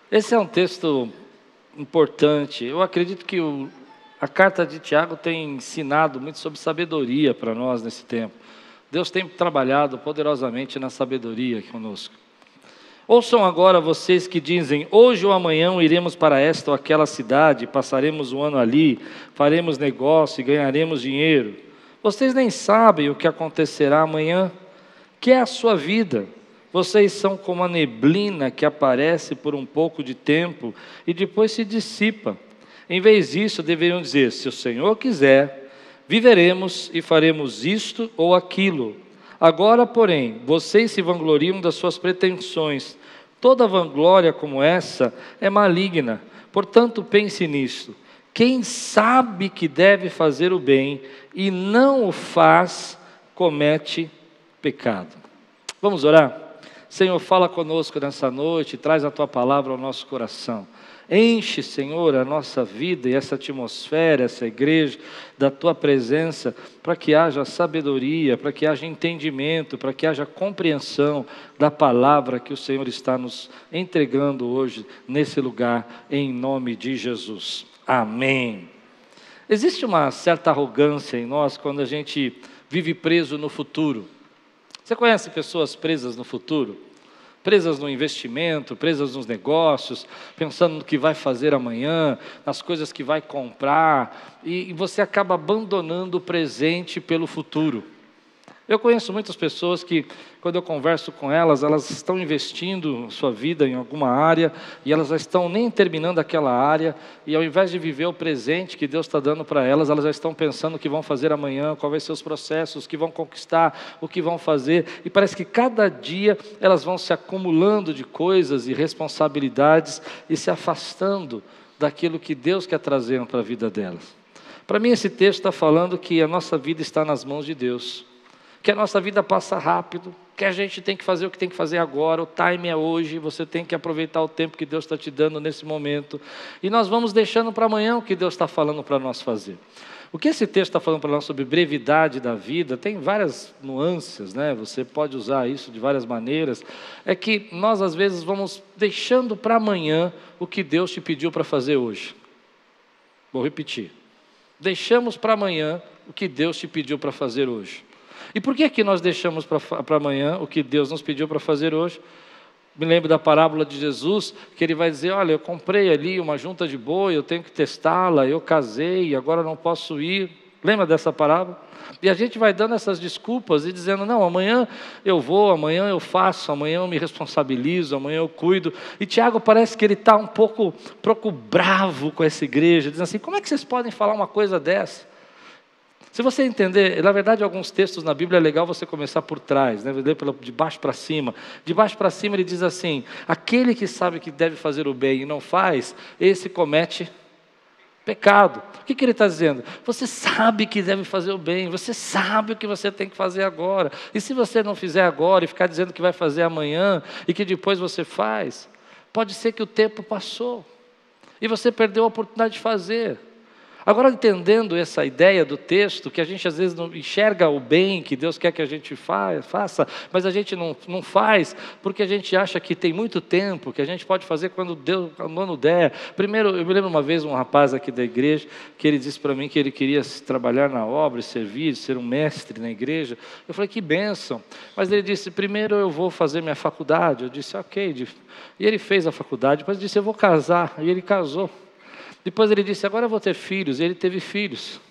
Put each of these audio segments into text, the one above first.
Esse é um texto importante. Eu acredito que a carta de Tiago tem ensinado muito sobre sabedoria para nós nesse tempo. Deus tem trabalhado poderosamente na sabedoria conosco. Ouçam agora vocês que dizem: hoje ou amanhã iremos para esta ou aquela cidade, passaremos um ano ali, faremos negócio e ganharemos dinheiro. Vocês nem sabem o que acontecerá amanhã, que é a sua vida. Vocês são como a neblina que aparece por um pouco de tempo e depois se dissipa. Em vez disso, deveriam dizer: se o Senhor quiser, viveremos e faremos isto ou aquilo. Agora, porém, vocês se vangloriam das suas pretensões. Toda vanglória como essa é maligna. Portanto, pense nisto: quem sabe que deve fazer o bem e não o faz, comete pecado. Vamos orar? Senhor, fala conosco nessa noite, traz a Tua palavra ao nosso coração. Enche, Senhor, a nossa vida e essa atmosfera, essa igreja, da Tua presença, para que haja sabedoria, para que haja entendimento, para que haja compreensão da palavra que o Senhor está nos entregando hoje, nesse lugar, em nome de Jesus. Amém. Existe uma certa arrogância em nós quando a gente vive preso no futuro. Você conhece pessoas presas no futuro? Presas no investimento, presas nos negócios, pensando no que vai fazer amanhã, nas coisas que vai comprar, e você acaba abandonando o presente pelo futuro. Eu conheço muitas pessoas que, quando eu converso com elas, elas estão investindo sua vida em alguma área, e elas já estão nem terminando aquela área, e ao invés de viver o presente que Deus está dando para elas, elas já estão pensando o que vão fazer amanhã, qual vai ser os processos, o que vão conquistar, o que vão fazer, e parece que cada dia elas vão se acumulando de coisas e responsabilidades, e se afastando daquilo que Deus quer trazer para a vida delas. Para mim, esse texto está falando que a nossa vida está nas mãos de Deus, que a nossa vida passa rápido, que a gente tem que fazer o que tem que fazer agora, o time é hoje, você tem que aproveitar o tempo que Deus está te dando nesse momento, e nós vamos deixando para amanhã o que Deus está falando para nós fazer. O que esse texto está falando para nós sobre brevidade da vida, tem várias nuances, né? Você pode usar isso de várias maneiras, é que nós às vezes vamos deixando para amanhã o que Deus te pediu para fazer hoje. Vou repetir, deixamos para amanhã o que Deus te pediu para fazer hoje. E por que nós deixamos para amanhã o que Deus nos pediu para fazer hoje? Me lembro da parábola de Jesus, que ele vai dizer: olha, eu comprei ali uma junta de boi, eu tenho que testá-la, eu casei, agora não posso ir. Lembra dessa parábola? E a gente vai dando essas desculpas e dizendo: não, amanhã eu vou, amanhã eu faço, amanhã eu me responsabilizo, amanhã eu cuido. E Tiago parece que ele está um pouco bravo com essa igreja, dizendo assim: como é que vocês podem falar uma coisa dessa? Se você entender, na verdade, alguns textos na Bíblia é legal você começar por trás, né? Ler de baixo para cima. De baixo para cima ele diz assim: aquele que sabe que deve fazer o bem e não faz, esse comete pecado. O que ele está dizendo? Você sabe que deve fazer o bem, você sabe o que você tem que fazer agora. E se você não fizer agora e ficar dizendo que vai fazer amanhã e que depois você faz, pode ser que o tempo passou e você perdeu a oportunidade de fazer. Agora, entendendo essa ideia do texto, que a gente às vezes não enxerga o bem que Deus quer que a gente faça, mas a gente não faz, porque a gente acha que tem muito tempo, que a gente pode fazer quando não der. Primeiro, eu me lembro uma vez um rapaz aqui da igreja, que ele disse para mim que ele queria trabalhar na obra, servir, ser um mestre na igreja. Eu falei: que bênção. Mas ele disse: primeiro eu vou fazer minha faculdade. Eu disse: ok. E ele fez a faculdade, depois disse: eu vou casar. E ele casou. Depois ele disse: agora eu vou ter filhos. E ele teve filhos.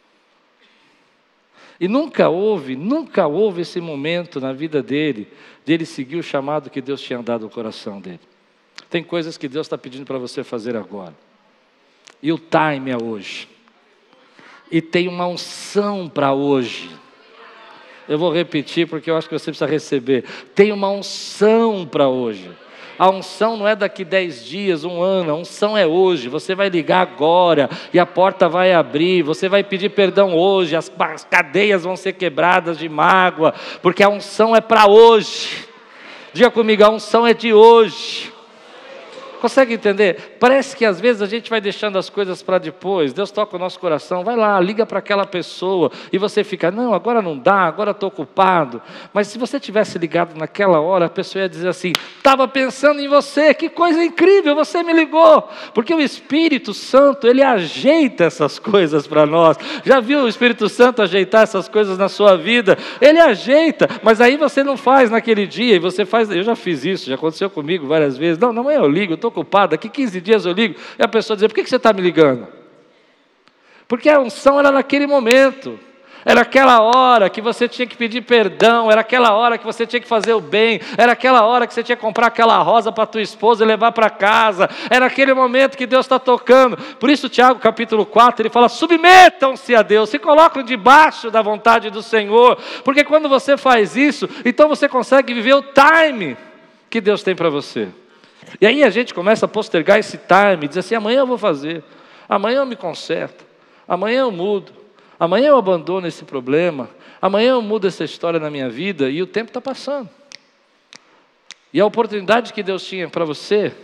E nunca houve esse momento na vida dele, de ele seguir o chamado que Deus tinha dado ao coração dele. Tem coisas que Deus está pedindo para você fazer agora. E o time é hoje. E tem uma unção para hoje. Eu vou repetir porque eu acho que você precisa receber. Tem uma unção para hoje. A unção não é daqui 10 dias, um ano, a unção é hoje. Você vai ligar agora e a porta vai abrir, você vai pedir perdão hoje, as cadeias vão ser quebradas de mágoa, porque a unção é para hoje. Diga comigo: a unção é de hoje. Consegue entender? Parece que às vezes a gente vai deixando as coisas para depois. Deus toca o nosso coração, vai lá, liga para aquela pessoa, e você fica, não, agora não dá, agora estou ocupado. Mas se você tivesse ligado naquela hora, a pessoa ia dizer assim, estava pensando em você, que coisa incrível, você me ligou. Porque o Espírito Santo, ele ajeita essas coisas para nós. Já viu o Espírito Santo ajeitar essas coisas na sua vida? Ele ajeita, mas aí você não faz naquele dia, e você faz, eu já fiz isso, já aconteceu comigo várias vezes, não, amanhã eu ligo, eu estou ocupado, daqui 15 dias eu ligo, e a pessoa diz, por que você está me ligando? Porque a unção era naquele momento, era aquela hora que você tinha que pedir perdão, era aquela hora que você tinha que fazer o bem, era aquela hora que você tinha que comprar aquela rosa para tua esposa e levar para casa, era aquele momento que Deus está tocando. Por isso Tiago capítulo 4, ele fala, submetam-se a Deus, se colocam debaixo da vontade do Senhor, porque quando você faz isso, então você consegue viver o time que Deus tem para você. E aí a gente começa a postergar esse time, diz assim, amanhã eu vou fazer, amanhã eu me conserto, amanhã eu mudo, amanhã eu abandono esse problema, amanhã eu mudo essa história na minha vida, e o tempo está passando. E a oportunidade que Deus tinha para você,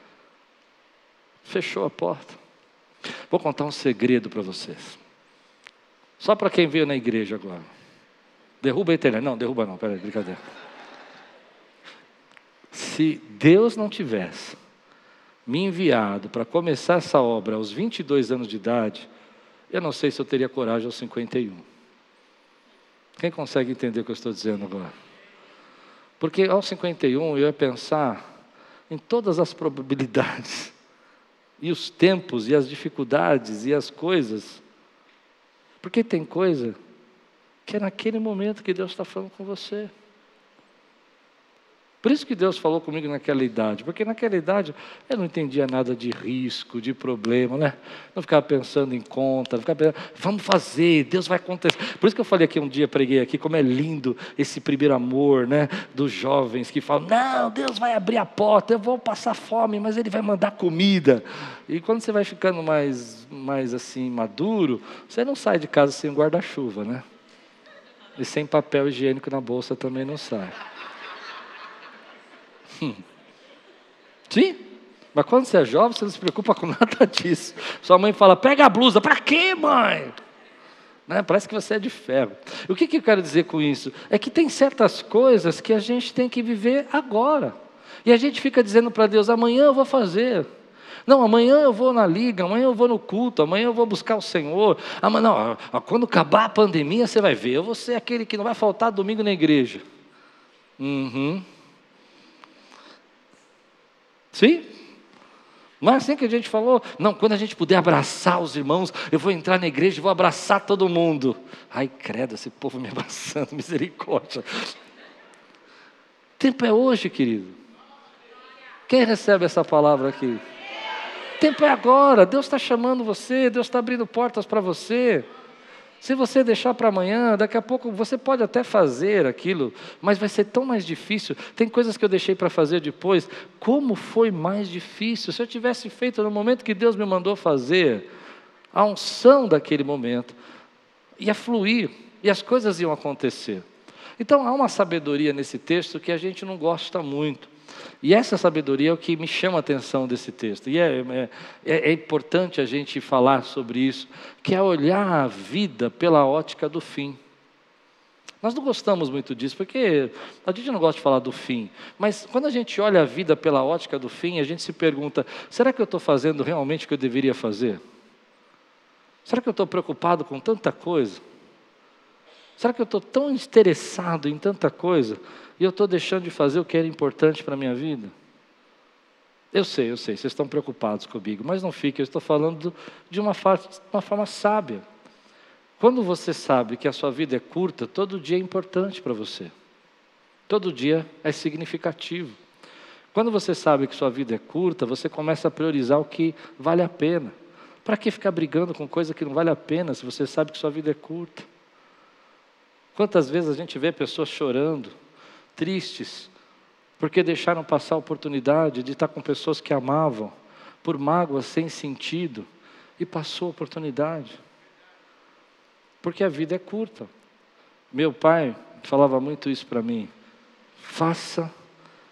fechou a porta. Vou contar um segredo para vocês. Só para quem veio na igreja agora. Derruba a internet. Não, derruba não, peraí, brincadeira. Se Deus não tivesse me enviado para começar essa obra aos 22 anos de idade, eu não sei se eu teria coragem aos 51. Quem consegue entender o que eu estou dizendo agora? Porque aos 51 eu ia pensar em todas as probabilidades, e os tempos, e as dificuldades, e as coisas. Porque tem coisa que é naquele momento que Deus está falando com você. Por isso que Deus falou comigo naquela idade, porque naquela idade eu não entendia nada de risco, de problema, né? Não ficava pensando em conta, não ficava pensando, vamos fazer, Deus vai acontecer. Por isso que eu falei aqui um dia, preguei aqui, como é lindo esse primeiro amor, né? Dos jovens que falam, não, Deus vai abrir a porta, eu vou passar fome, mas Ele vai mandar comida. E quando você vai ficando mais assim, maduro, você não sai de casa sem guarda-chuva, né? E sem papel higiênico na bolsa também não sai. Sim, mas quando você é jovem, você não se preocupa com nada disso. Sua mãe fala, pega a blusa, para quê, mãe? Né? Parece que você é de ferro. O que eu quero dizer com isso? É que tem certas coisas que a gente tem que viver agora. E a gente fica dizendo para Deus, amanhã eu vou fazer. Não, amanhã eu vou na liga, amanhã eu vou no culto, amanhã eu vou buscar o Senhor. Não, quando acabar a pandemia, você vai ver, eu vou ser aquele que não vai faltar domingo na igreja. Sim? Não é assim que a gente falou? Não, quando a gente puder abraçar os irmãos, eu vou entrar na igreja e vou abraçar todo mundo. Ai, credo, esse povo me abraçando, misericórdia. O tempo é hoje, querido. Quem recebe essa palavra aqui? O tempo é agora, Deus está chamando você, Deus está abrindo portas para você. Se você deixar para amanhã, daqui a pouco você pode até fazer aquilo, mas vai ser tão mais difícil. Tem coisas que eu deixei para fazer depois. Como foi mais difícil? Se eu tivesse feito no momento que Deus me mandou fazer, a unção daquele momento ia fluir e as coisas iam acontecer. Então há uma sabedoria nesse texto que a gente não gosta muito. E essa sabedoria é o que me chama a atenção desse texto. E é importante a gente falar sobre isso, que é olhar a vida pela ótica do fim. Nós não gostamos muito disso, porque a gente não gosta de falar do fim. Mas quando a gente olha a vida pela ótica do fim, a gente se pergunta, será que eu estou fazendo realmente o que eu deveria fazer? Será que eu estou preocupado com tanta coisa? Será que eu estou tão interessado em tanta coisa e eu estou deixando de fazer o que era importante para a minha vida? Eu sei, vocês estão preocupados comigo, mas não fiquem, eu estou falando de uma forma sábia. Quando você sabe que a sua vida é curta, todo dia é importante para você. Todo dia é significativo. Quando você sabe que sua vida é curta, você começa a priorizar o que vale a pena. Para que ficar brigando com coisa que não vale a pena, se você sabe que sua vida é curta? Quantas vezes a gente vê pessoas chorando, tristes, porque deixaram passar a oportunidade de estar com pessoas que amavam, por mágoas sem sentido, e passou a oportunidade. Porque a vida é curta. Meu pai falava muito isso para mim. Faça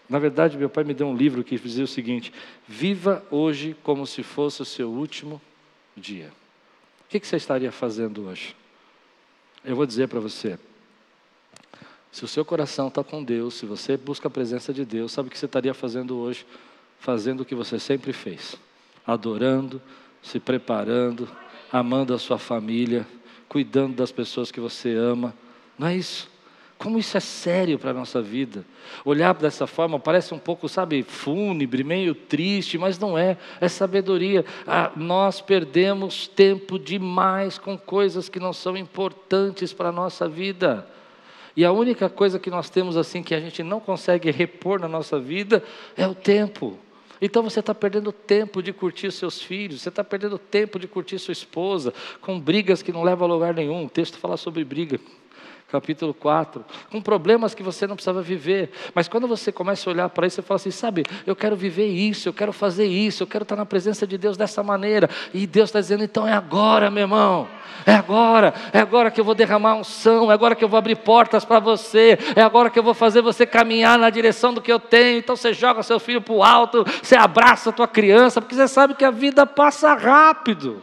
Na verdade, meu pai me deu um livro que dizia o seguinte: viva hoje como se fosse o seu último dia. O que você estaria fazendo hoje? Eu vou dizer para você, se o seu coração está com Deus, se você busca a presença de Deus, sabe o que você estaria fazendo hoje? Fazendo o que você sempre fez, adorando, se preparando, amando a sua família, cuidando das pessoas que você ama. Não é isso? Como isso é sério para a nossa vida. Olhar dessa forma parece um pouco, fúnebre, meio triste, mas não é. É sabedoria. Nós perdemos tempo demais com coisas que não são importantes para a nossa vida. E a única coisa que nós temos assim, que a gente não consegue repor na nossa vida, é o tempo. Então você está perdendo tempo de curtir os seus filhos, você está perdendo tempo de curtir sua esposa, com brigas que não levam a lugar nenhum. O texto fala sobre briga. Capítulo 4, com problemas que você não precisava viver, mas quando você começa a olhar para isso, você fala assim, eu quero viver isso, eu quero fazer isso, eu quero estar na presença de Deus dessa maneira, e Deus está dizendo, então é agora, meu irmão, é agora que eu vou derramar unção, é agora que eu vou abrir portas para você, é agora que eu vou fazer você caminhar na direção do que eu tenho. Então você joga seu filho para o alto, você abraça a tua criança, porque você sabe que a vida passa rápido.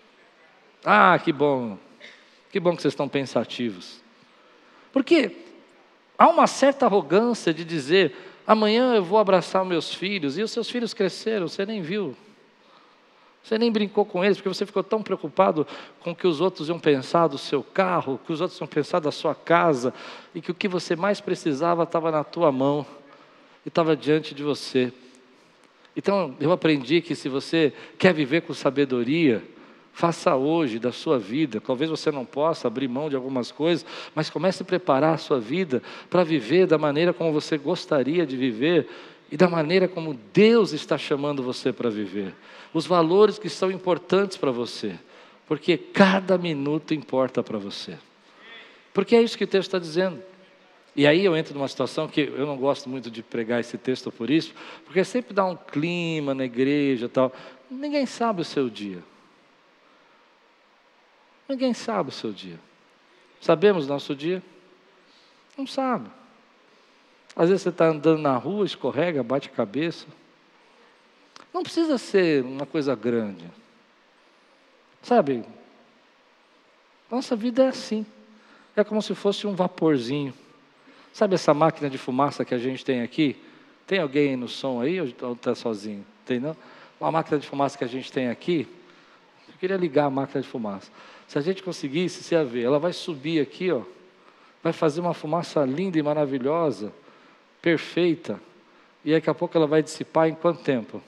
Que bom que vocês estão pensativos. Porque há uma certa arrogância de dizer, amanhã eu vou abraçar meus filhos, e os seus filhos cresceram, você nem viu, você nem brincou com eles, porque você ficou tão preocupado com o que os outros iam pensar do seu carro, o que os outros iam pensar da sua casa, e que o que você mais precisava estava na tua mão, e estava diante de você. Então eu aprendi que se você quer viver com sabedoria, faça hoje da sua vida. Talvez você não possa abrir mão de algumas coisas, mas comece a preparar a sua vida para viver da maneira como você gostaria de viver e da maneira como Deus está chamando você para viver. Os valores que são importantes para você, porque cada minuto importa para você. Porque é isso que o texto está dizendo. E aí eu entro numa situação que eu não gosto muito de pregar esse texto por isso, porque sempre dá um clima na igreja e tal. Ninguém sabe o seu dia. Ninguém sabe o seu dia. Sabemos o nosso dia? Não sabe. Às vezes você está andando na rua, escorrega, bate a cabeça. Não precisa ser uma coisa grande. Nossa vida é assim. É como se fosse um vaporzinho. Sabe essa máquina de fumaça que a gente tem aqui? Tem alguém no som aí ou está sozinho? Tem não? Uma máquina de fumaça que a gente tem aqui. Eu queria ligar a máquina de fumaça. Se a gente conseguisse, você ia ver, ela vai subir aqui, vai fazer uma fumaça linda e maravilhosa, perfeita, e daqui a pouco ela vai dissipar em quanto tempo?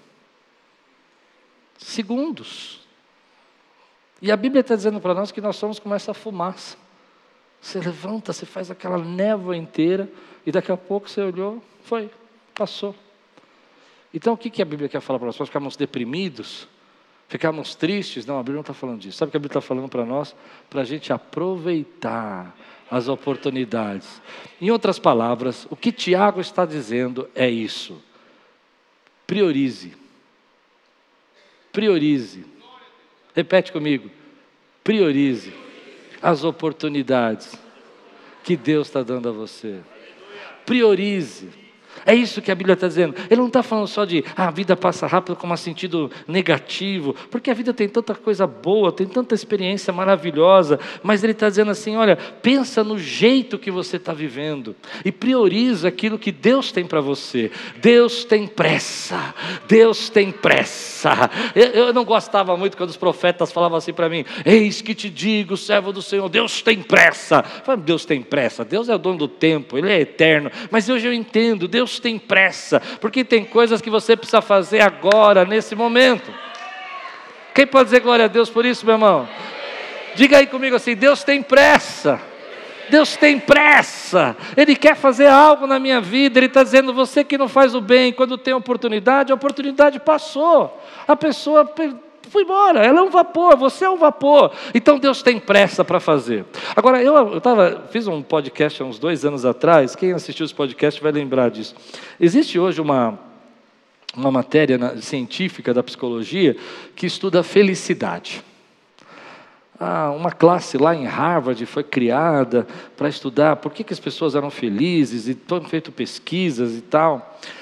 Segundos. E a Bíblia está dizendo para nós que nós somos como essa fumaça. Você levanta, você faz aquela névoa inteira, e daqui a pouco você olhou, passou. Então o que a Bíblia quer falar para nós? Nós ficarmos deprimidos? Ficarmos tristes? Não, a Bíblia não está falando disso. Sabe o que a Bíblia está falando para nós? Para a gente aproveitar as oportunidades. Em outras palavras, o que Tiago está dizendo é isso. Priorize. Priorize. Repete comigo. Priorize as oportunidades que Deus está dando a você. Priorize. É isso que a Bíblia está dizendo. Ele não está falando só de a vida passa rápido como um sentido negativo, porque a vida tem tanta coisa boa, tem tanta experiência maravilhosa, mas ele está dizendo assim, olha, pensa no jeito que você está vivendo e prioriza aquilo que Deus tem para você. Deus tem pressa, Deus tem pressa. Eu não gostava muito quando os profetas falavam assim para mim, eis que te digo, servo do Senhor, Deus tem pressa. Eu falei, Deus tem pressa, Deus é o dono do tempo, Ele é eterno, mas hoje eu entendo, Deus tem pressa, porque tem coisas que você precisa fazer agora, nesse momento. Quem pode dizer glória a Deus por isso, meu irmão? Diga aí comigo assim, Deus tem pressa. Deus tem pressa, Ele quer fazer algo na minha vida. Ele está dizendo, você que não faz o bem, quando tem oportunidade, a oportunidade passou, a pessoa foi embora, ela é um vapor, você é um vapor. Então Deus tem pressa para fazer. Agora, fiz um podcast há uns 2 anos atrás, quem assistiu esse podcast vai lembrar disso. Existe hoje uma matéria científica da psicologia que estuda a felicidade. Uma classe lá em Harvard foi criada para estudar por que as pessoas eram felizes, e foram feitas pesquisas e tal.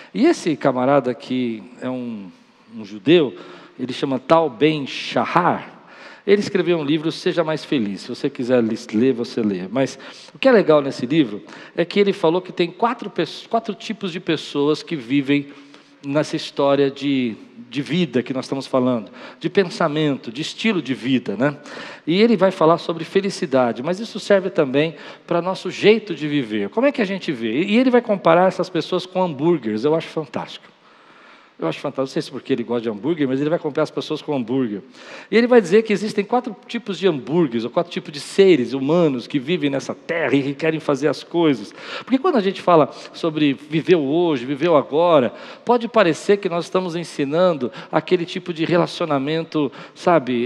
E esse camarada que é um judeu, ele chama Tal Ben Shahar. Ele escreveu um livro, Seja Mais Feliz. Se você quiser ler, você lê. Mas o que é legal nesse livro é que ele falou que tem quatro tipos de pessoas que vivem nessa história de vida que nós estamos falando, de pensamento, de estilo de vida, né? E ele vai falar sobre felicidade, mas isso serve também para nosso jeito de viver. Como é que a gente vê? E ele vai comparar essas pessoas com hambúrgueres. Eu acho fantástico. Eu acho fantástico, não sei se porque ele gosta de hambúrguer, mas ele vai comparar as pessoas com hambúrguer. E ele vai dizer que existem 4 tipos de hambúrgueres, ou 4 tipos de seres humanos que vivem nessa terra e que querem fazer as coisas. Porque quando a gente fala sobre viver o hoje, viver o agora, pode parecer que nós estamos ensinando aquele tipo de relacionamento, sabe,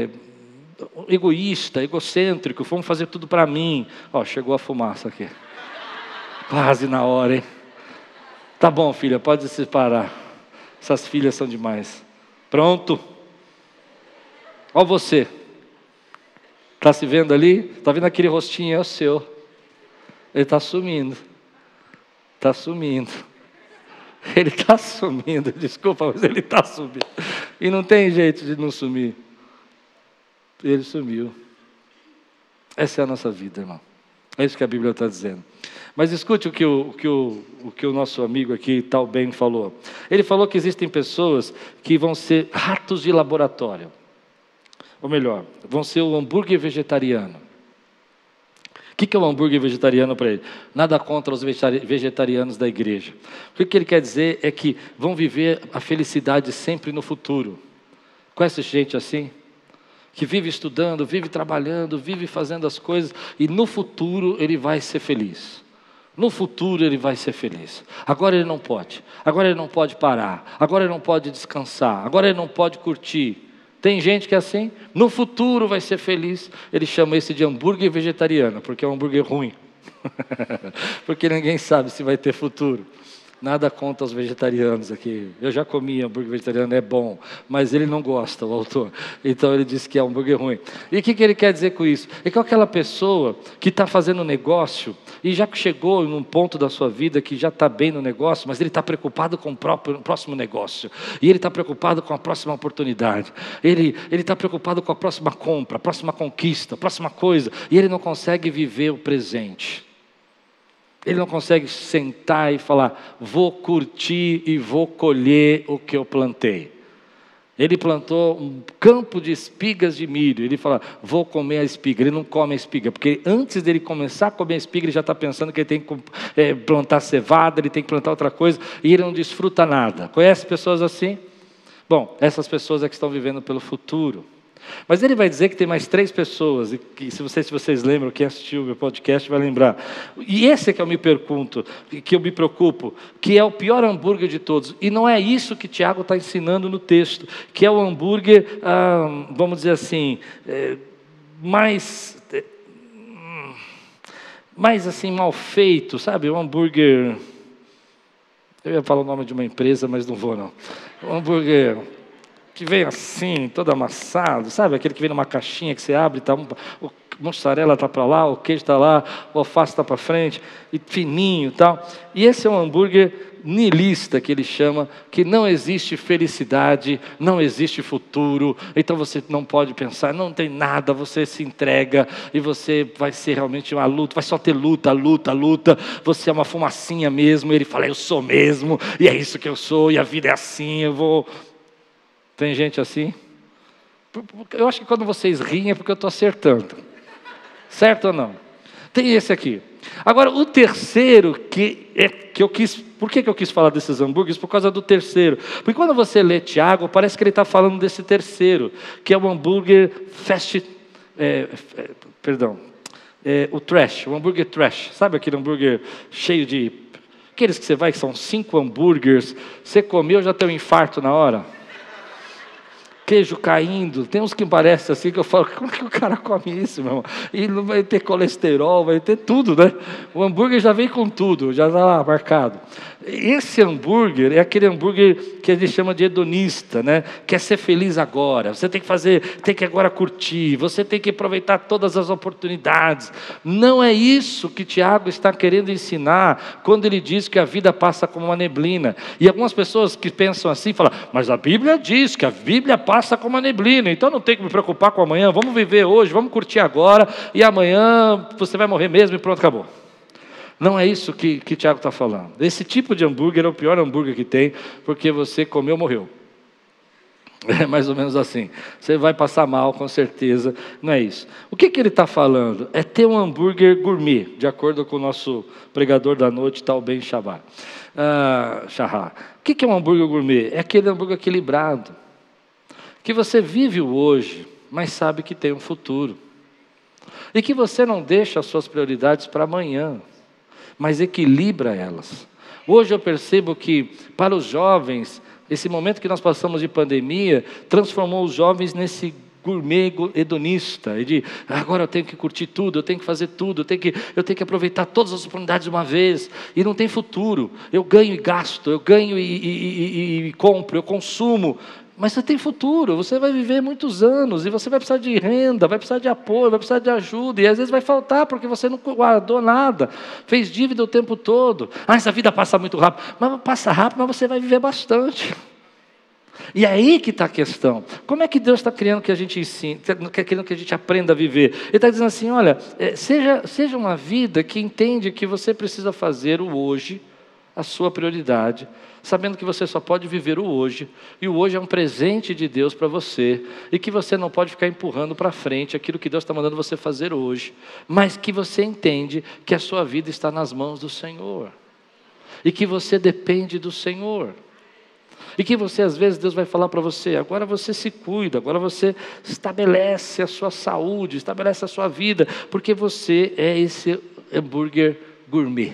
egoísta, egocêntrico, vamos fazer tudo para mim. Ó, chegou a fumaça aqui. Quase na hora, hein? Tá bom, filha, pode se parar. Essas filhas são demais. Pronto. Olha você. Está se vendo ali? Está vendo aquele rostinho? É o seu. Ele está sumindo. Está sumindo. Ele está sumindo. Desculpa, mas ele está sumindo. E não tem jeito de não sumir. Ele sumiu. Essa é a nossa vida, irmão. É isso que a Bíblia está dizendo. Mas escute o que o nosso amigo aqui, Tal Ben, falou. Ele falou que existem pessoas que vão ser ratos de laboratório. Ou melhor, vão ser o hambúrguer vegetariano. O que é o hambúrguer vegetariano para ele? Nada contra os vegetarianos da igreja. O que ele quer dizer é que vão viver a felicidade sempre no futuro. Conhece gente assim? Que vive estudando, vive trabalhando, vive fazendo as coisas, e no futuro ele vai ser feliz. No futuro ele vai ser feliz. Agora ele não pode. Agora ele não pode parar. Agora ele não pode descansar. Agora ele não pode curtir. Tem gente que é assim. No futuro vai ser feliz. Ele chama esse de hambúrguer vegetariano, porque é um hambúrguer ruim. Porque ninguém sabe se vai ter futuro. Nada contra os vegetarianos aqui. Eu já comi hambúrguer vegetariano, é bom. Mas ele não gosta, o autor. Então ele disse que é um hambúrguer ruim. E o que ele quer dizer com isso? É que aquela pessoa que está fazendo negócio e já chegou num ponto da sua vida que já está bem no negócio, mas ele está preocupado com o próximo negócio. E ele está preocupado com a próxima oportunidade. Ele está preocupado com a próxima compra, a próxima conquista, a próxima coisa. E ele não consegue viver o presente. Ele não consegue sentar e falar, vou curtir e vou colher o que eu plantei. Ele plantou um campo de espigas de milho. Ele fala, vou comer a espiga. Ele não come a espiga, porque antes dele começar a comer a espiga, ele já está pensando que ele tem que plantar cevada, ele tem que plantar outra coisa, e ele não desfruta nada. Conhece pessoas assim? Bom, essas pessoas é que estão vivendo pelo futuro. Mas ele vai dizer que tem mais 3 pessoas, e que, se vocês lembram, quem assistiu o meu podcast vai lembrar. E esse é que eu me pergunto, que eu me preocupo, que é o pior hambúrguer de todos. E não é isso que Tiago está ensinando no texto, que é o hambúrguer, vamos dizer assim, mais assim, mal feito, sabe? O hambúrguer, eu ia falar o nome de uma empresa, mas não vou não. O hambúrguer que vem assim, todo amassado, sabe? Aquele que vem numa caixinha que você abre, tá, o mussarela está para lá, o queijo está lá, o alface está para frente, e fininho e tal. E esse é um hambúrguer nihilista, que ele chama, que não existe felicidade, não existe futuro, então você não pode pensar, não tem nada, você se entrega, e você vai ser realmente uma luta, vai só ter luta, você é uma fumacinha mesmo, e ele fala, eu sou mesmo, e é isso que eu sou, e a vida é assim, eu vou... Tem gente assim? Eu acho que quando vocês riem é porque eu estou acertando. Certo ou não? Tem esse aqui. Agora, o terceiro que eu quis... Por que eu quis falar desses hambúrgueres? Por causa do terceiro. Porque quando você lê Tiago, parece que ele está falando desse terceiro, que é o hambúrguer o trash, o hambúrguer trash. Sabe aquele hambúrguer cheio de... Aqueles que você vai, que são 5 hambúrgueres, você comeu, já tem um infarto na hora. queijo caindo, tem uns que parecem assim, que eu falo, como é que o cara come isso, meu irmão? E não vai ter colesterol, vai ter tudo, né? O hambúrguer já vem com tudo, já está lá marcado. Esse hambúrguer é aquele hambúrguer que a gente chama de hedonista, né? Quer ser feliz agora, você tem que fazer, tem que agora curtir, você tem que aproveitar todas as oportunidades. Não é isso que Tiago está querendo ensinar quando ele diz que a vida passa como uma neblina. E algumas pessoas que pensam assim, falam, mas a Bíblia diz que a Bíblia passa como uma neblina, então não tem que me preocupar com amanhã, vamos viver hoje, vamos curtir agora, e amanhã você vai morrer mesmo e pronto, acabou. Não é isso que Tiago está falando. Esse tipo de hambúrguer é o pior hambúrguer que tem, porque você comeu, morreu. É mais ou menos assim. Você vai passar mal, com certeza. Não é isso. O que ele está falando? É ter um hambúrguer gourmet, de acordo com o nosso pregador da noite, tal Ben Shahar. O que é um hambúrguer gourmet? É aquele hambúrguer equilibrado, que você vive o hoje, mas sabe que tem um futuro. E que você não deixa as suas prioridades para amanhã, mas equilibra elas. Hoje eu percebo que, para os jovens, esse momento que nós passamos de pandemia, transformou os jovens nesse gourmet hedonista, e de, agora eu tenho que curtir tudo, eu tenho que fazer tudo, eu tenho que aproveitar todas as oportunidades de uma vez, e não tem futuro. Eu ganho e gasto, eu ganho e compro, eu consumo, mas você tem futuro, você vai viver muitos anos, e você vai precisar de renda, vai precisar de apoio, vai precisar de ajuda, e às vezes vai faltar, porque você não guardou nada, fez dívida o tempo todo. Essa vida passa muito rápido, mas passa rápido, mas você vai viver bastante. E é aí que está a questão. Como é que Deus está querendo que a gente ensine, querendo que a gente aprenda a viver? Ele está dizendo assim, olha, seja uma vida que entende que você precisa fazer o hoje a sua prioridade, sabendo que você só pode viver o hoje, e o hoje é um presente de Deus para você, e que você não pode ficar empurrando para frente aquilo que Deus está mandando você fazer hoje, mas que você entende que a sua vida está nas mãos do Senhor, e que você depende do Senhor. E que você, às vezes, Deus vai falar para você, agora você se cuida, agora você estabelece a sua saúde, estabelece a sua vida, porque você é esse hambúrguer gourmet.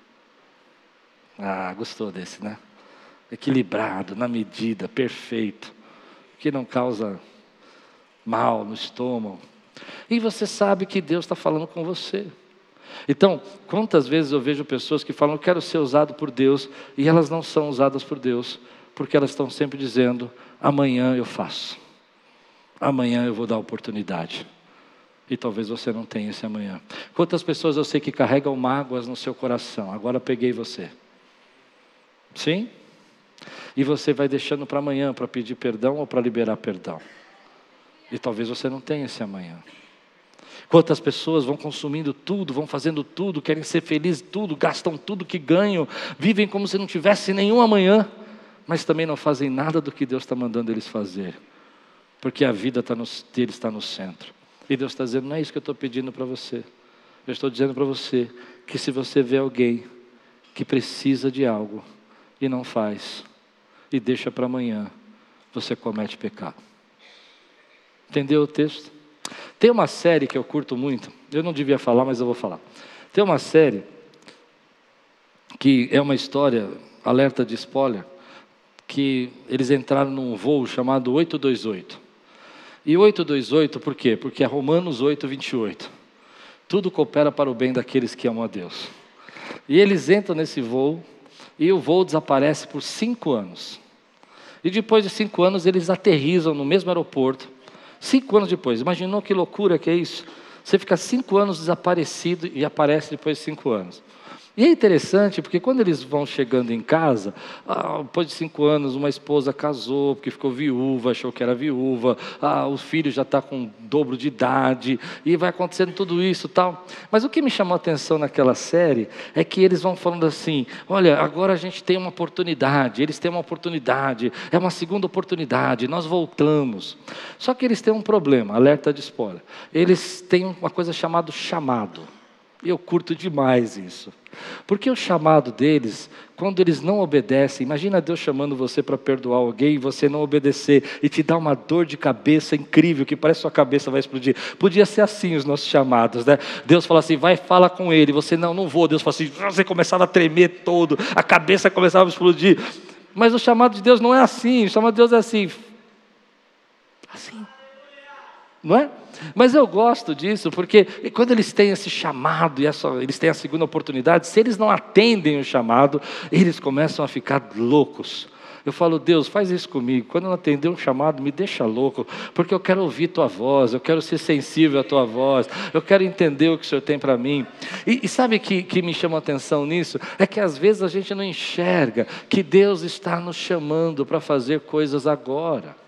Gostou desse, né? Equilibrado, na medida, perfeito, que não causa mal no estômago. E você sabe que Deus está falando com você. Então, quantas vezes eu vejo pessoas que falam, eu quero ser usado por Deus, e elas não são usadas por Deus, porque elas estão sempre dizendo, amanhã eu faço, amanhã eu vou dar oportunidade. E talvez você não tenha esse amanhã. Quantas pessoas eu sei que carregam mágoas no seu coração, agora peguei você. Sim? E você vai deixando para amanhã, para pedir perdão ou para liberar perdão. E talvez você não tenha esse amanhã. Quantas pessoas vão consumindo tudo, vão fazendo tudo, querem ser felizes tudo, gastam tudo que ganham, vivem como se não tivesse nenhum amanhã, mas também não fazem nada do que Deus está mandando eles fazer, porque a vida deles está no centro. E Deus está dizendo, não é isso que eu estou pedindo para você. Eu estou dizendo para você que se você vê alguém que precisa de algo e não faz, e deixa para amanhã, você comete pecado. Entendeu o texto? Tem uma série que eu curto muito, eu não devia falar, mas eu vou falar. Tem uma série que é uma história, alerta de spoiler, que eles entraram num voo chamado 828. E 828 por quê? Porque é Romanos 8:28. Tudo coopera para o bem daqueles que amam a Deus. E eles entram nesse voo, e o voo desaparece por 5 anos. E depois de 5 anos eles aterrissam no mesmo aeroporto. 5 anos depois, imaginou que loucura que é isso? Você fica 5 anos desaparecido e aparece depois de 5 anos. E é interessante, porque quando eles vão chegando em casa, depois de 5 anos, uma esposa casou, porque ficou viúva, achou que era viúva, o filho já está com o dobro de idade, e vai acontecendo tudo isso e tal. Mas o que me chamou a atenção naquela série, é que eles vão falando assim, olha, agora a gente tem uma oportunidade, eles têm uma oportunidade, é uma segunda oportunidade, nós voltamos. Só que eles têm um problema, alerta de spoiler, eles têm uma coisa chamada chamado. E eu curto demais isso. Porque o chamado deles, quando eles não obedecem, imagina Deus chamando você para perdoar alguém e você não obedecer, e te dá uma dor de cabeça incrível, que parece que sua cabeça vai explodir. Podia ser assim os nossos chamados, né? Deus fala assim, vai, fala com ele, você não vou. Deus fala assim, você começava a tremer todo, a cabeça começava a explodir. Mas o chamado de Deus não é assim, o chamado de Deus é assim, Assim. Não é? Mas eu gosto disso, porque quando eles têm esse chamado, eles têm a segunda oportunidade, se eles não atendem o chamado, eles começam a ficar loucos. Eu falo, Deus, faz isso comigo. Quando eu não atender um chamado, me deixa louco, porque eu quero ouvir tua voz, eu quero ser sensível à tua voz, eu quero entender o que o Senhor tem para mim. E sabe que me chama a atenção nisso? É que às vezes a gente não enxerga que Deus está nos chamando para fazer coisas agora.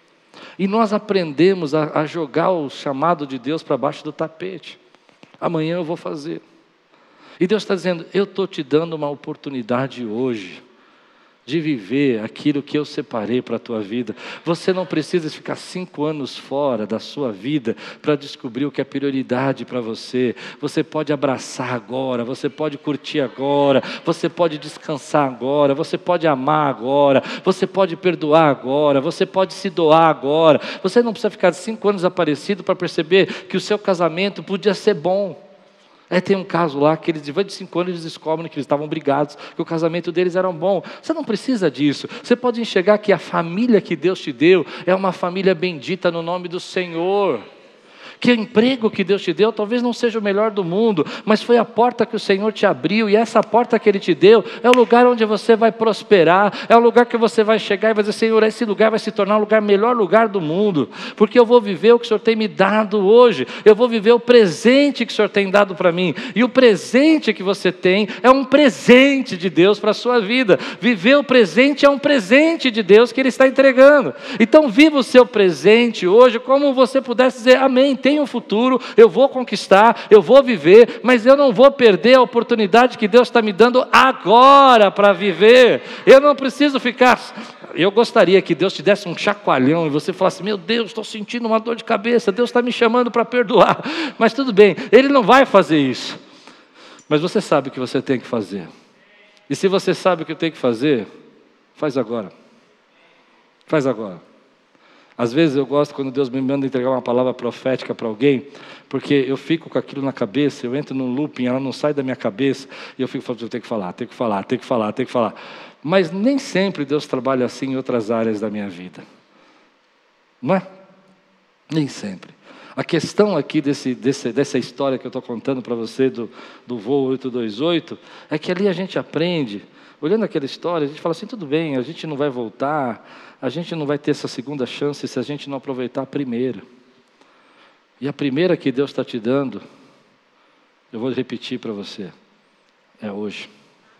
E nós aprendemos a jogar o chamado de Deus para baixo do tapete. Amanhã eu vou fazer. E Deus está dizendo, eu estou te dando uma oportunidade hoje de viver aquilo que eu separei para a tua vida. Você não precisa ficar 5 anos fora da sua vida para descobrir o que é prioridade para você. Você pode abraçar agora, você pode curtir agora, você pode descansar agora, você pode amar agora, você pode perdoar agora, você pode se doar agora. Você não precisa ficar 5 anos desaparecido para perceber que o seu casamento podia ser bom. Tem um caso lá que depois de 5 anos eles descobrem que eles estavam brigados, que o casamento deles era bom. Você não precisa disso. Você pode enxergar que a família que Deus te deu é uma família bendita no nome do Senhor. Que o emprego que Deus te deu talvez não seja o melhor do mundo, mas foi a porta que o Senhor te abriu, e essa porta que Ele te deu é o lugar onde você vai prosperar, é o lugar que você vai chegar e vai dizer, Senhor, esse lugar vai se tornar o melhor lugar do mundo, porque eu vou viver o que o Senhor tem me dado hoje, eu vou viver o presente que o Senhor tem dado para mim, e o presente que você tem é um presente de Deus para a sua vida. Viver o presente é um presente de Deus que Ele está entregando. Então viva o seu presente hoje como você pudesse dizer, amém, tenho um futuro, eu vou conquistar, eu vou viver, mas eu não vou perder a oportunidade que Deus está me dando agora para viver. Eu não preciso ficar... Eu gostaria que Deus te desse um chacoalhão e você falasse, meu Deus, estou sentindo uma dor de cabeça, Deus está me chamando para perdoar. Mas tudo bem, Ele não vai fazer isso. Mas você sabe o que você tem que fazer. E se você sabe o que tem que fazer, faz agora. Faz agora. Às vezes eu gosto quando Deus me manda entregar uma palavra profética para alguém, porque eu fico com aquilo na cabeça, eu entro num looping, ela não sai da minha cabeça, e eu fico falando, eu tenho que falar, tenho que falar, tenho que falar, tenho que falar. Mas nem sempre Deus trabalha assim em outras áreas da minha vida. Não é? Nem sempre. A questão aqui dessa história que eu estou contando para você do voo 828, é que ali a gente aprende, olhando aquela história, a gente fala assim, tudo bem, a gente não vai voltar, a gente não vai ter essa segunda chance se a gente não aproveitar a primeira. E a primeira que Deus está te dando, eu vou repetir para você, é hoje.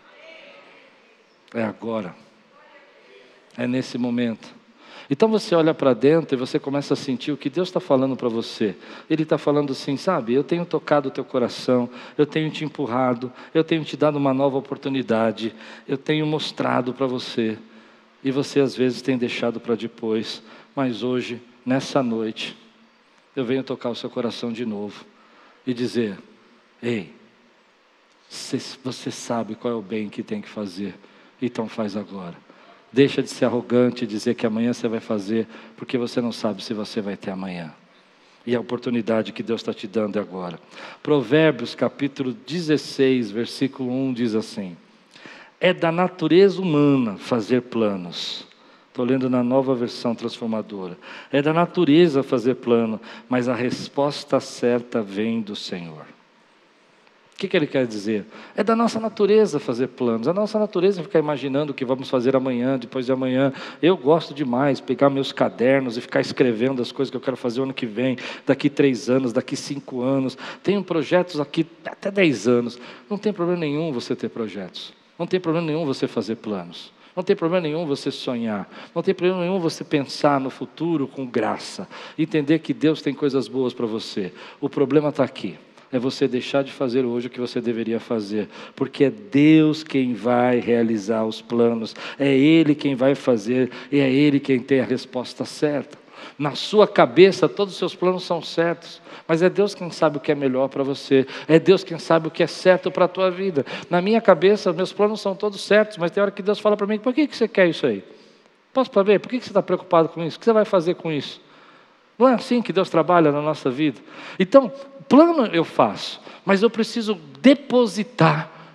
É agora. É nesse momento. Então você olha para dentro e você começa a sentir o que Deus está falando para você. Ele está falando assim, sabe, eu tenho tocado o teu coração, eu tenho te empurrado, eu tenho te dado uma nova oportunidade, eu tenho mostrado para você, e você às vezes tem deixado para depois, mas hoje, nessa noite, eu venho tocar o seu coração de novo e dizer, ei, você sabe qual é o bem que tem que fazer, então faz agora. Deixa de ser arrogante e dizer que amanhã você vai fazer, porque você não sabe se você vai ter amanhã. E a oportunidade que Deus está te dando é agora. Provérbios capítulo 16, versículo 1 diz assim, é da natureza humana fazer planos. Estou lendo na Nova Versão Transformadora. É da natureza fazer plano, mas a resposta certa vem do Senhor. O que ele quer dizer? É da nossa natureza fazer planos. A nossa natureza é ficar imaginando o que vamos fazer amanhã, depois de amanhã. Eu gosto demais de pegar meus cadernos e ficar escrevendo as coisas que eu quero fazer o ano que vem, daqui 3 anos, daqui 5 anos. Tenho projetos aqui até 10 anos. Não tem problema nenhum você ter projetos. Não tem problema nenhum você fazer planos. Não tem problema nenhum você sonhar. Não tem problema nenhum você pensar no futuro com graça. Entender que Deus tem coisas boas para você. O problema está aqui. É você deixar de fazer hoje o que você deveria fazer, porque é Deus quem vai realizar os planos, é Ele quem vai fazer, e é Ele quem tem a resposta certa. Na sua cabeça todos os seus planos são certos, mas é Deus quem sabe o que é melhor para você, é Deus quem sabe o que é certo para a tua vida. Na minha cabeça meus planos são todos certos, mas tem hora que Deus fala para mim, por que você quer isso aí? Posso saber, por que você está preocupado com isso? O que você vai fazer com isso? Não é assim que Deus trabalha na nossa vida? Então, plano eu faço, mas eu preciso depositar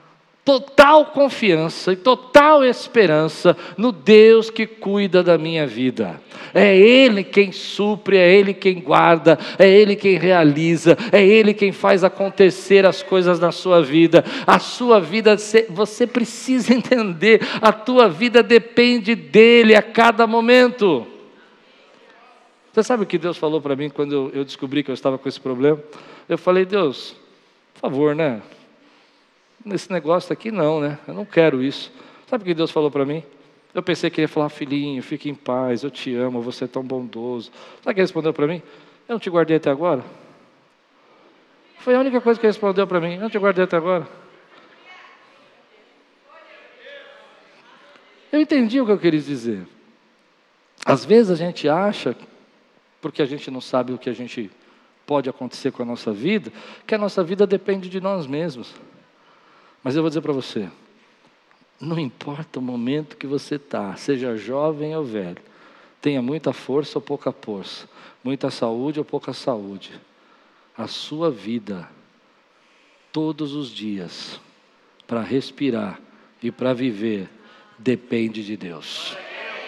total confiança e total esperança no Deus que cuida da minha vida. É Ele quem supre, é Ele quem guarda, é Ele quem realiza, é Ele quem faz acontecer as coisas na sua vida. A sua vida, você precisa entender, a tua vida depende dEle a cada momento. Você sabe o que Deus falou para mim quando eu descobri que eu estava com esse problema? Eu falei: Deus, por favor, né? Nesse negócio aqui não, né? Eu não quero isso. Sabe o que Deus falou para mim? Eu pensei que ele ia falar: filhinho, fique em paz, eu te amo, você é tão bondoso. Sabe o que ele respondeu para mim? Eu não te guardei até agora. Foi a única coisa que ele respondeu para mim: eu não te guardei até agora. Eu entendi o que eu queria dizer. Às vezes a gente acha, porque a gente não sabe o que a gente pode acontecer com a nossa vida, que a nossa vida depende de nós mesmos. Mas eu vou dizer para você, não importa o momento que você está, seja jovem ou velho, tenha muita força ou pouca força, muita saúde ou pouca saúde, a sua vida, todos os dias, para respirar e para viver, depende de Deus.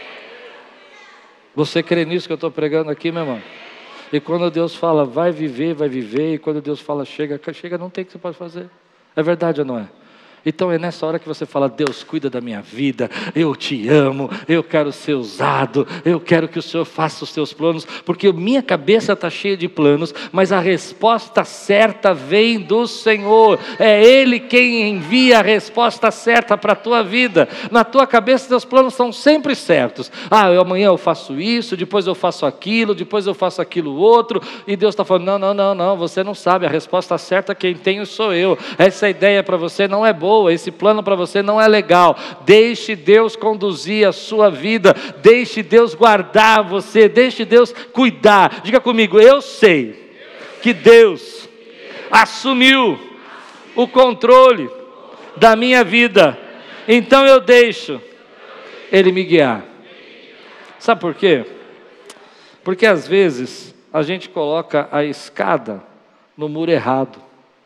Você crê nisso que eu estou pregando aqui, meu irmão? E quando Deus fala, vai viver, e quando Deus fala, chega, não tem o que você pode fazer. É verdade ou não é? Então é nessa hora que você fala: Deus, cuida da minha vida, eu te amo, eu quero ser usado, eu quero que o Senhor faça os seus planos, porque minha cabeça está cheia de planos, mas a resposta certa vem do Senhor. É Ele quem envia a resposta certa para a tua vida. Na tua cabeça, teus planos são sempre certos. Amanhã eu faço isso, depois eu faço aquilo outro, e Deus está falando: não, você não sabe, a resposta certa quem tenho sou eu. Essa ideia para você não é boa, esse plano para você não é legal. Deixe Deus conduzir a sua vida, deixe Deus guardar você, deixe Deus cuidar. Diga comigo: eu sei que Deus assumiu o controle da minha vida, então eu deixo Ele me guiar. Sabe por quê? Porque às vezes a gente coloca a escada no muro errado.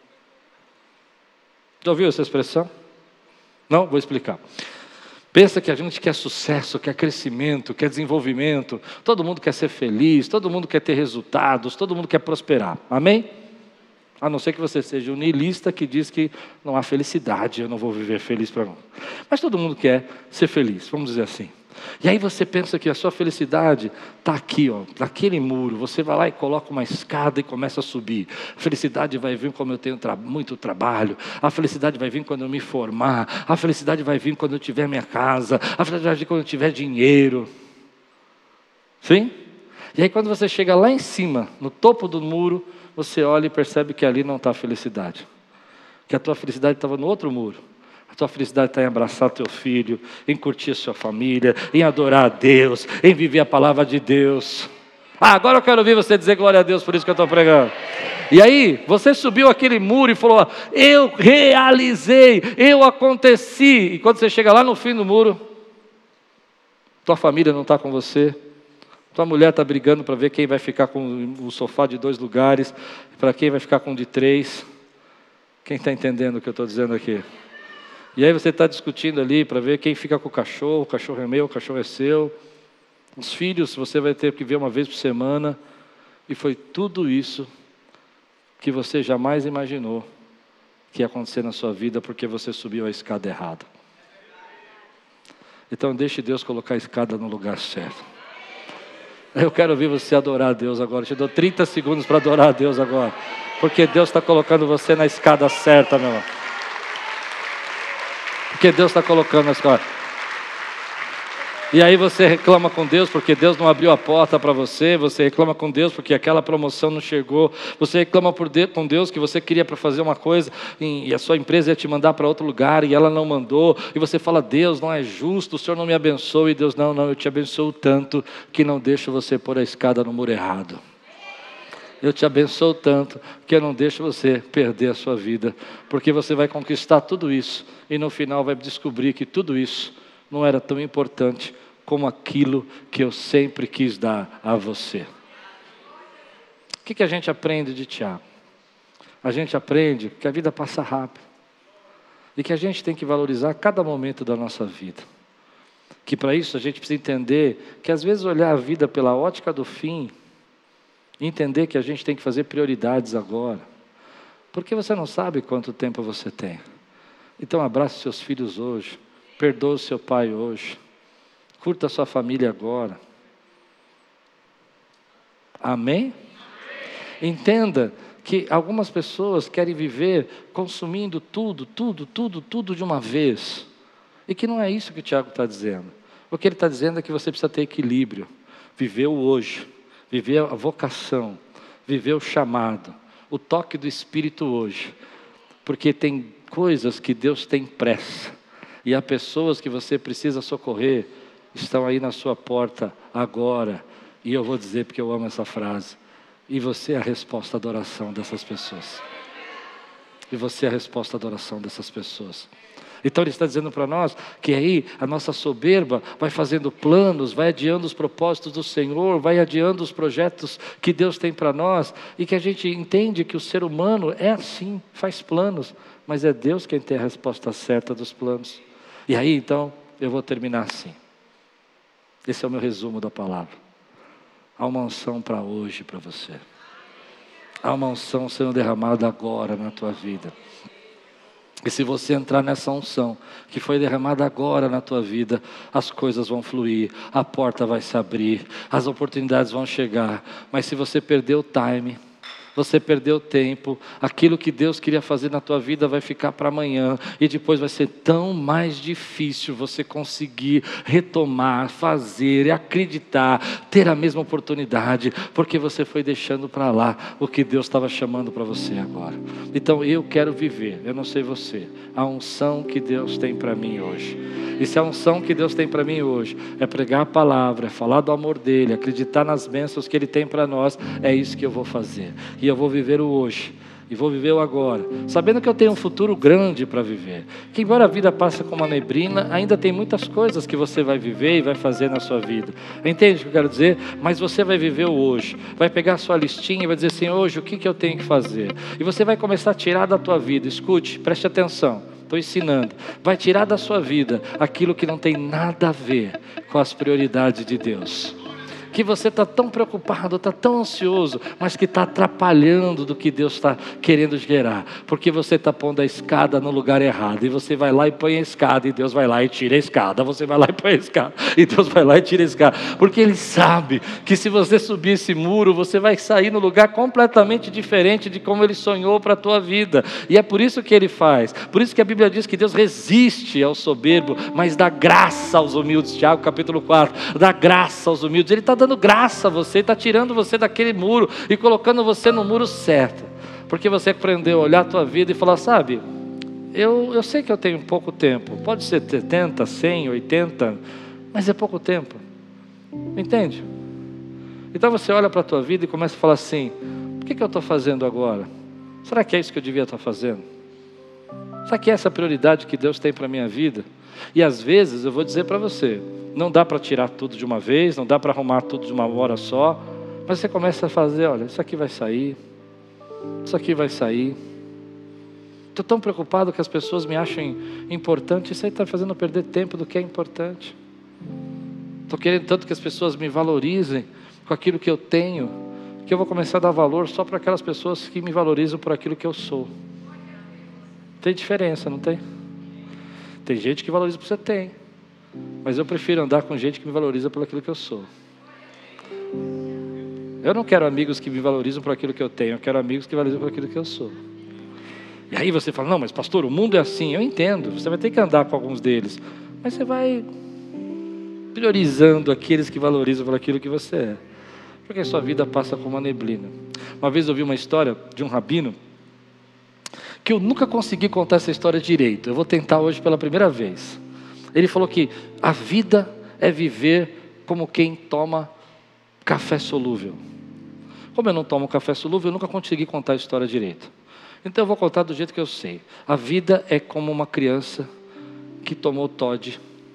Já ouviu essa expressão? Não? Vou explicar. Pensa que a gente quer sucesso, quer crescimento, quer desenvolvimento. Todo mundo quer ser feliz, todo mundo quer ter resultados, todo mundo quer prosperar. Amém? A não ser que você seja um niilista que diz que não há felicidade, eu não vou viver feliz para não. Mas todo mundo quer ser feliz, vamos dizer assim. E aí você pensa que a sua felicidade está aqui, naquele muro. Você vai lá e coloca uma escada e começa a subir. A felicidade vai vir quando eu tenho muito trabalho. A felicidade vai vir quando eu me formar. A felicidade vai vir quando eu tiver minha casa. A felicidade vai vir quando eu tiver dinheiro. Sim? E aí quando você chega lá em cima, no topo do muro, você olha e percebe que ali não está a felicidade. Que a tua felicidade estava no outro muro. A tua felicidade está em abraçar teu filho, em curtir a sua família, em adorar a Deus, em viver a palavra de Deus. Agora eu quero ouvir você dizer glória a Deus, por isso que eu estou pregando. E aí, você subiu aquele muro e falou: eu realizei, eu aconteci. E quando você chega lá no fim do muro, tua família não está com você, tua mulher está brigando para ver quem vai ficar com o sofá de 2 lugares, para quem vai ficar com o de 3. Quem está entendendo o que eu estou dizendo aqui? E aí você está discutindo ali para ver quem fica com o cachorro é meu, o cachorro é seu. Os filhos você vai ter que ver uma vez por semana. E foi tudo isso que você jamais imaginou que ia acontecer na sua vida, porque você subiu a escada errada. Então deixe Deus colocar a escada no lugar certo. Eu quero ouvir você adorar a Deus agora. Eu te dou 30 segundos para adorar a Deus agora, porque Deus está colocando você na escada certa, meu irmão. Porque Deus está colocando na escada. E aí você reclama com Deus porque Deus não abriu a porta para você. Você reclama com Deus porque aquela promoção não chegou. Você reclama com Deus que você queria para fazer uma coisa e a sua empresa ia te mandar para outro lugar e ela não mandou. E você fala: Deus, não é justo, o Senhor não me abençoa. E Deus: não, eu te abençoo tanto que não deixo você pôr a escada no muro errado. Eu te abençoo tanto que eu não deixo você perder a sua vida, porque você vai conquistar tudo isso e no final vai descobrir que tudo isso não era tão importante como aquilo que eu sempre quis dar a você. O que a gente aprende de Tiago? A gente aprende que a vida passa rápido. e que a gente tem que valorizar cada momento da nossa vida. Que para isso a gente precisa entender que às vezes olhar a vida pela ótica do fim, e entender que a gente tem que fazer prioridades agora, porque você não sabe quanto tempo você tem. Então abrace seus filhos hoje, perdoe o seu pai hoje, curta a sua família agora. Amém? Entenda que algumas pessoas querem viver consumindo tudo de uma vez. E que não é isso que o Tiago está dizendo. O que ele está dizendo é que você precisa ter equilíbrio. Viver o hoje, viver a vocação, viver o chamado, o toque do Espírito hoje. Porque tem coisas que Deus tem pressa. E há pessoas que você precisa socorrer, estão aí na sua porta agora. E eu vou dizer porque eu amo essa frase. E você é a resposta à oração dessas pessoas. E você é a resposta à oração dessas pessoas. Então ele está dizendo para nós que aí a nossa soberba vai fazendo planos, vai adiando os propósitos do Senhor, vai adiando os projetos que Deus tem para nós, e que a gente entende que o ser humano é assim, faz planos, mas é Deus quem tem a resposta certa dos planos. E aí então eu vou terminar assim. Esse é o meu resumo da palavra. Há uma unção para hoje para você. Há uma unção sendo derramada agora na tua vida. E se você entrar nessa unção que foi derramada agora na tua vida, as coisas vão fluir, a porta vai se abrir, as oportunidades vão chegar. Mas se você perder o time, você perdeu o tempo, aquilo que Deus queria fazer na tua vida vai ficar para amanhã, e depois vai ser tão mais difícil você conseguir retomar, fazer e acreditar, ter a mesma oportunidade, porque você foi deixando para lá o que Deus estava chamando para você agora. Então eu quero viver, eu não sei você, a unção que Deus tem para mim hoje. E se a unção que Deus tem para mim hoje é pregar a palavra, é falar do amor dEle, acreditar nas bênçãos que Ele tem para nós, é isso que eu vou fazer. E eu vou viver o hoje, e vou viver o agora, sabendo que eu tenho um futuro grande para viver. Que embora a vida passe como uma neblina, ainda tem muitas coisas que você vai viver e vai fazer na sua vida. Entende o que eu quero dizer? Mas você vai viver o hoje, vai pegar a sua listinha e vai dizer assim, hoje o que eu tenho que fazer? E você vai começar a tirar da tua vida, escute, preste atenção. Estou ensinando, vai tirar da sua vida aquilo que não tem nada a ver com as prioridades de Deus. Que você está tão preocupado, está tão ansioso, mas que está atrapalhando do que Deus está querendo gerar, porque você está pondo a escada no lugar errado, e você vai lá e põe a escada, e Deus vai lá e tira a escada, você vai lá e põe a escada, e Deus vai lá e tira a escada, porque Ele sabe que se você subir esse muro, você vai sair no lugar completamente diferente de como Ele sonhou para a tua vida, e é por isso que Ele faz, por isso que a Bíblia diz que Deus resiste ao soberbo, mas dá graça aos humildes. Tiago capítulo 4, dá graça aos humildes. Ele está dando graça a você, está tirando você daquele muro e colocando você no muro certo, porque você aprendeu a olhar a tua vida e falar, sabe, eu sei que eu tenho pouco tempo, pode ser 70, 100, 80, mas é pouco tempo, entende? Então você olha para a tua vida e começa a falar assim, o que eu estou fazendo agora? Será que é isso que eu devia estar fazendo? Será que é essa a prioridade que Deus tem para a minha vida? E às vezes eu vou dizer para você, não dá para tirar tudo de uma vez, não dá para arrumar tudo de uma hora só, mas você começa a fazer, olha, isso aqui vai sair, isso aqui vai sair. Estou tão preocupado que as pessoas me achem importante, isso aí está fazendo eu perder tempo do que é importante. Estou querendo tanto que as pessoas me valorizem com aquilo que eu tenho, que eu vou começar a dar valor só para aquelas pessoas que me valorizam por aquilo que eu sou. Tem diferença, não tem? Tem gente que valoriza por você tem, mas eu prefiro andar com gente que me valoriza por aquilo que eu sou. Eu não quero amigos que me valorizam por aquilo que eu tenho, eu quero amigos que valorizam por aquilo que eu sou. E aí você fala, não, mas pastor, o mundo é assim. Eu entendo, você vai ter que andar com alguns deles, mas você vai priorizando aqueles que valorizam por aquilo que você é, porque a sua vida passa como uma neblina. Uma vez eu ouvi uma história de um rabino, que eu nunca consegui contar essa história direito, eu vou tentar hoje pela primeira vez. Ele falou que a vida é viver como quem toma café solúvel. Como eu não tomo café solúvel, eu nunca consegui contar a história direito. Então eu vou contar do jeito que eu sei. A vida é como uma criança que tomou Toddy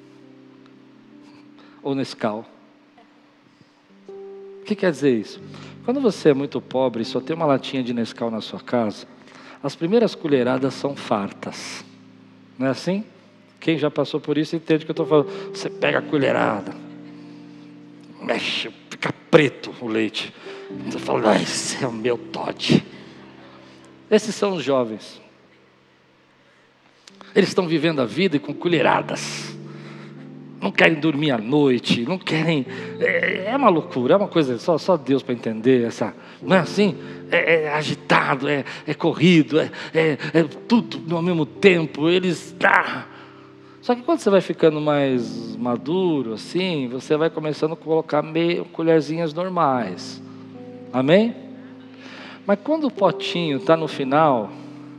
ou Nescau. O que quer dizer isso? Quando você é muito pobre e só tem uma latinha de Nescau na sua casa, as primeiras colheradas são fartas. Não é assim? Quem já passou por isso entende o que eu estou falando. Você pega a colherada, mexe, fica preto o leite. Você fala, esse é o meu Toddy. Esses são os jovens. Eles estão vivendo a vida com colheradas. Não querem dormir à noite, não querem... É uma loucura, é uma coisa, só Deus para entender. Não é assim? É agitado, é corrido, é tudo ao mesmo tempo. Só que quando você vai ficando mais maduro, assim, você vai começando a colocar colherzinhas normais. Amém? Mas quando o potinho está no final,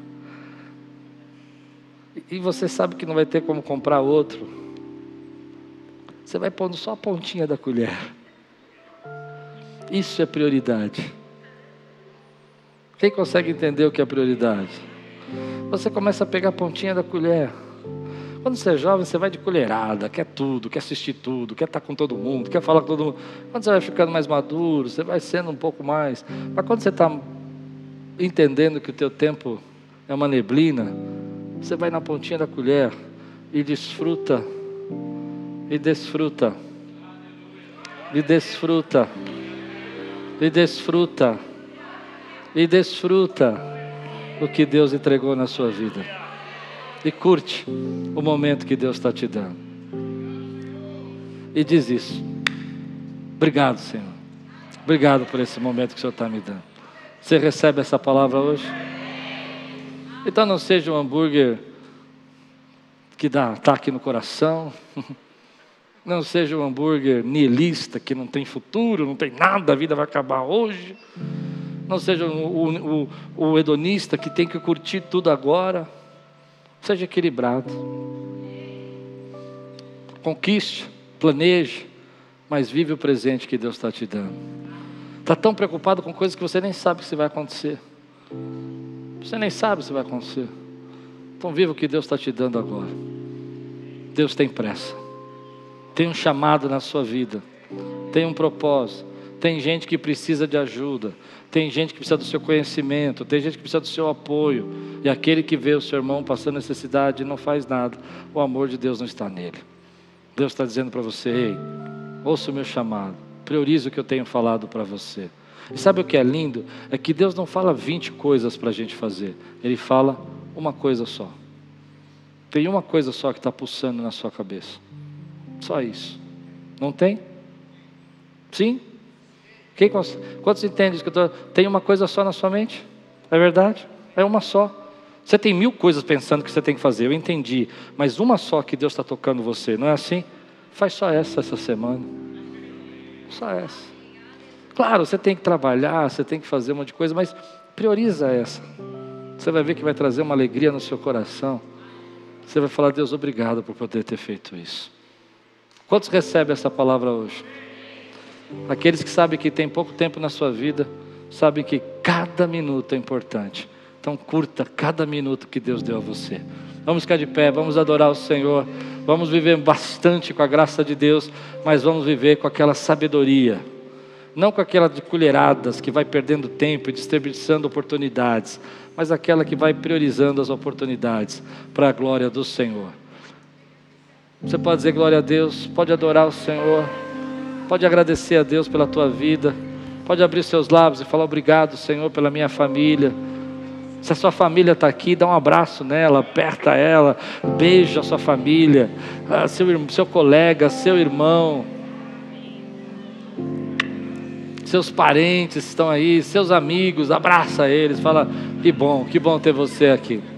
e você sabe que não vai ter como comprar outro, você vai pondo só a pontinha da colher. Isso é prioridade. Quem consegue entender o que é prioridade? Você começa a pegar a pontinha da colher. Quando você é jovem, você vai de colherada, quer tudo, quer assistir tudo, quer estar com todo mundo, quer falar com todo mundo. Quando você vai ficando mais maduro, você vai sendo um pouco mais. Mas quando você está entendendo que o teu tempo é uma neblina, você vai na pontinha da colher e desfruta, e desfruta, e desfruta, e desfruta, e desfruta o que Deus entregou na sua vida. E curte o momento que Deus está te dando. E diz isso. Obrigado, Senhor. Obrigado por esse momento que o Senhor está me dando. Você recebe essa palavra hoje? Então não seja um hambúrguer que dá ataque no coração. Não seja um hambúrguer nihilista, que não tem futuro, não tem nada, a vida vai acabar hoje. Não seja o hedonista que tem que curtir tudo agora. Seja equilibrado. Conquiste, planeje, mas vive o presente que Deus está te dando. Está tão preocupado com coisas que você nem sabe se vai acontecer. Você nem sabe se vai acontecer. Então viva o que Deus está te dando agora. Deus tem pressa. Tem um chamado na sua vida. Tem um propósito. Tem gente que precisa de ajuda. Tem gente que precisa do seu conhecimento. Tem gente que precisa do seu apoio. E aquele que vê o seu irmão passando necessidade e não faz nada, o amor de Deus não está nele. Deus está dizendo para você: ei, ouça o meu chamado. Priorize o que eu tenho falado para você. E sabe o que é lindo? É que Deus não fala 20 coisas para a gente fazer. Ele fala uma coisa só. Tem uma coisa só que está pulsando na sua cabeça. Só isso. Não tem? Sim? Quantos entendem que tem uma coisa só na sua mente? É verdade? É uma só. Você tem 1000 coisas pensando que você tem que fazer, eu entendi. Mas uma só que Deus está tocando você, não é assim? Faz só essa semana. Só essa. Claro, você tem que trabalhar, você tem que fazer um monte de coisa, mas prioriza essa. Você vai ver que vai trazer uma alegria no seu coração. Você vai falar: Deus, obrigado por poder ter feito isso. Quantos recebem essa palavra hoje? Aqueles que sabem que tem pouco tempo na sua vida, sabem que cada minuto é importante. Então curta cada minuto que Deus deu a você. Vamos ficar de pé, vamos adorar o Senhor. Vamos viver bastante com a graça de Deus, mas vamos viver com aquela sabedoria. Não com aquela de colheradas que vai perdendo tempo e desperdiçando oportunidades, mas aquela que vai priorizando as oportunidades para a glória do Senhor. Você pode dizer glória a Deus, pode adorar o Senhor, pode agradecer a Deus pela tua vida, pode abrir seus lábios e falar: obrigado, Senhor, pela minha família. Se a sua família está aqui, dá um abraço nela, aperta ela, beija a sua família, seu colega, seu irmão, seus parentes estão aí, seus amigos, abraça eles, fala: que bom ter você aqui.